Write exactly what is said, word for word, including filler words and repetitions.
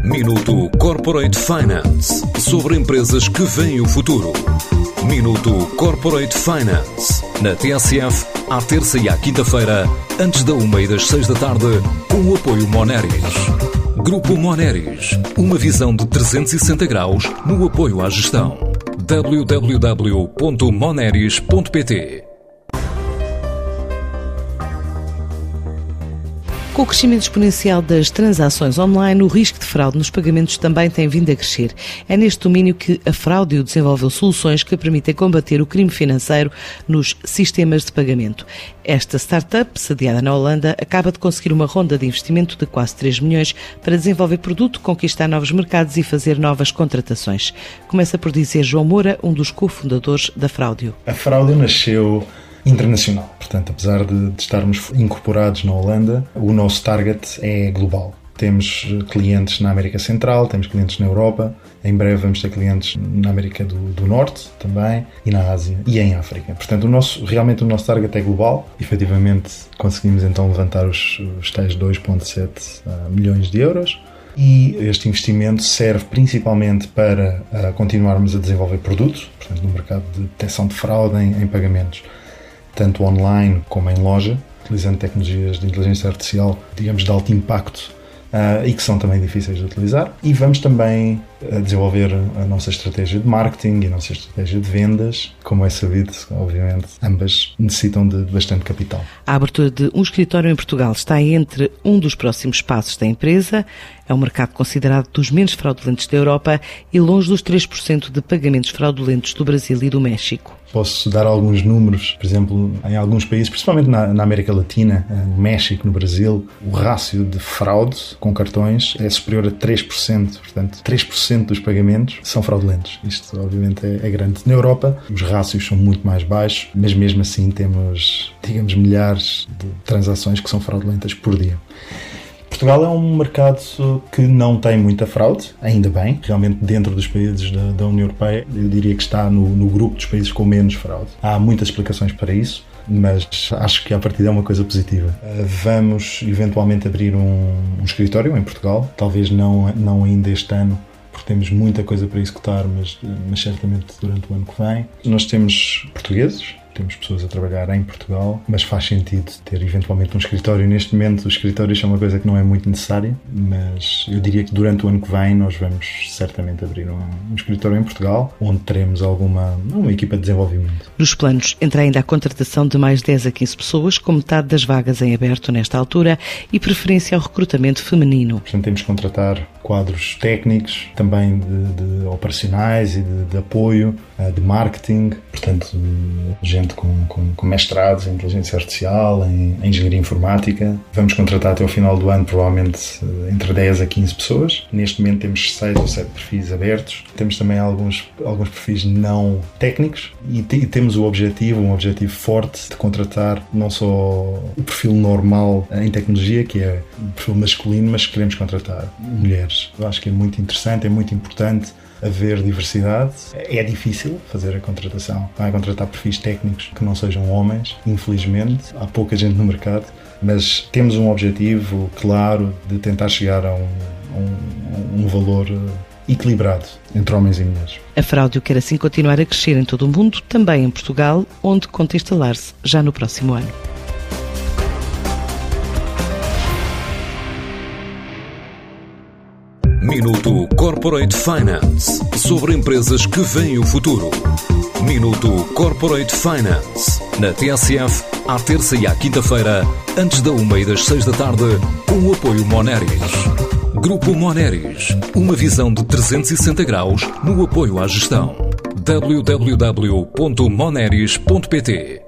Minuto Corporate Finance, sobre empresas que veem o futuro. Minuto Corporate Finance, na T S F, à terça e à quinta-feira, antes da uma e das seis da tarde, com o apoio Moneris. Grupo Moneris, uma visão de trezentos e sessenta graus no apoio à gestão. w w w ponto moneris ponto p t. Com o crescimento exponencial das transações online, o risco de fraude nos pagamentos também tem vindo a crescer. É neste domínio que a Fraudio desenvolveu soluções que permitem combater o crime financeiro nos sistemas de pagamento. Esta startup, sediada na Holanda, acaba de conseguir uma ronda de investimento de quase três milhões para desenvolver produto, conquistar novos mercados e fazer novas contratações. Começa por dizer João Moura, um dos cofundadores da Fraudio. A Fraudio nasceu internacional. Portanto, apesar de, de estarmos incorporados na Holanda, o nosso target é global. Temos clientes na América Central, temos clientes na Europa, em breve vamos ter clientes na América do, do Norte também, e na Ásia e em África. Portanto, o nosso, realmente o nosso target é global. Efetivamente, conseguimos então levantar os, os tais dois vírgula sete uh, milhões de euros. E este investimento serve principalmente para uh, continuarmos a desenvolver produtos, portanto, no mercado de detecção de fraude em, em pagamentos, tanto online como em loja, utilizando tecnologias de inteligência artificial, digamos, de alto impacto uh, e que são também difíceis de utilizar. E vamos também uh, desenvolver a nossa estratégia de marketing e a nossa estratégia de vendas. Como é sabido, obviamente, ambas necessitam de bastante capital. A abertura de um escritório em Portugal está entre um dos próximos passos da empresa. É um mercado considerado dos menos fraudulentos da Europa e longe dos três por cento de pagamentos fraudulentos do Brasil e do México. Posso dar alguns números, por exemplo, em alguns países, principalmente na, na América Latina, no México, no Brasil, o rácio de fraude com cartões é superior a três por cento. Portanto, três por cento dos pagamentos são fraudulentos. Isto, obviamente, é, é grande. Na Europa, os rácios são muito mais baixos, mas mesmo assim temos, digamos, milhares de transações que são fraudulentas por dia. Portugal é um mercado que não tem muita fraude, ainda bem. Realmente, dentro dos países da, da União Europeia, eu diria que está no, no grupo dos países com menos fraude. Há muitas explicações para isso, mas acho que a partida é uma coisa positiva. Vamos eventualmente abrir um, um escritório em Portugal, talvez não, não ainda este ano, porque temos muita coisa para executar, mas, mas certamente durante o ano que vem. Nós temos portugueses, temos pessoas a trabalhar em Portugal, mas faz sentido ter eventualmente um escritório. Neste momento, os escritórios são uma coisa que não é muito necessária, mas eu diria que durante o ano que vem nós vamos certamente abrir um, um escritório em Portugal, onde teremos alguma uma equipa de desenvolvimento. Nos planos entra ainda a contratação de mais dez a quinze pessoas, com metade das vagas em aberto nesta altura, e preferência ao recrutamento feminino. Portanto, temos que contratar quadros técnicos, também de, de operacionais e de, de apoio, de marketing, portanto, gente com, com, com mestrados em inteligência artificial, em, em engenharia informática. Vamos contratar até ao final do ano, provavelmente, entre dez a quinze pessoas. Neste momento temos seis ou sete perfis abertos. Temos também alguns, alguns perfis não técnicos e, te, e temos o objetivo, um objetivo forte de contratar não só o perfil normal em tecnologia, que é o perfil masculino, mas queremos contratar mulheres. Eu acho que é muito interessante, é muito importante haver diversidade. É difícil fazer a contratação. Vai contratar perfis técnicos que não sejam homens, infelizmente. Há pouca gente no mercado, mas temos um objetivo claro de tentar chegar a um, um, um valor equilibrado entre homens e mulheres. A Fraudio quer assim continuar a crescer em todo o mundo, também em Portugal, onde conta instalar-se já no próximo ano. Minuto Corporate Finance, sobre empresas que veem o futuro. Minuto Corporate Finance, na T S F, à terça e à quinta-feira, antes da uma e das seis da tarde, com o apoio Moneris. Grupo Moneris, uma visão de trezentos e sessenta graus no apoio à gestão. w w w ponto moneris ponto p t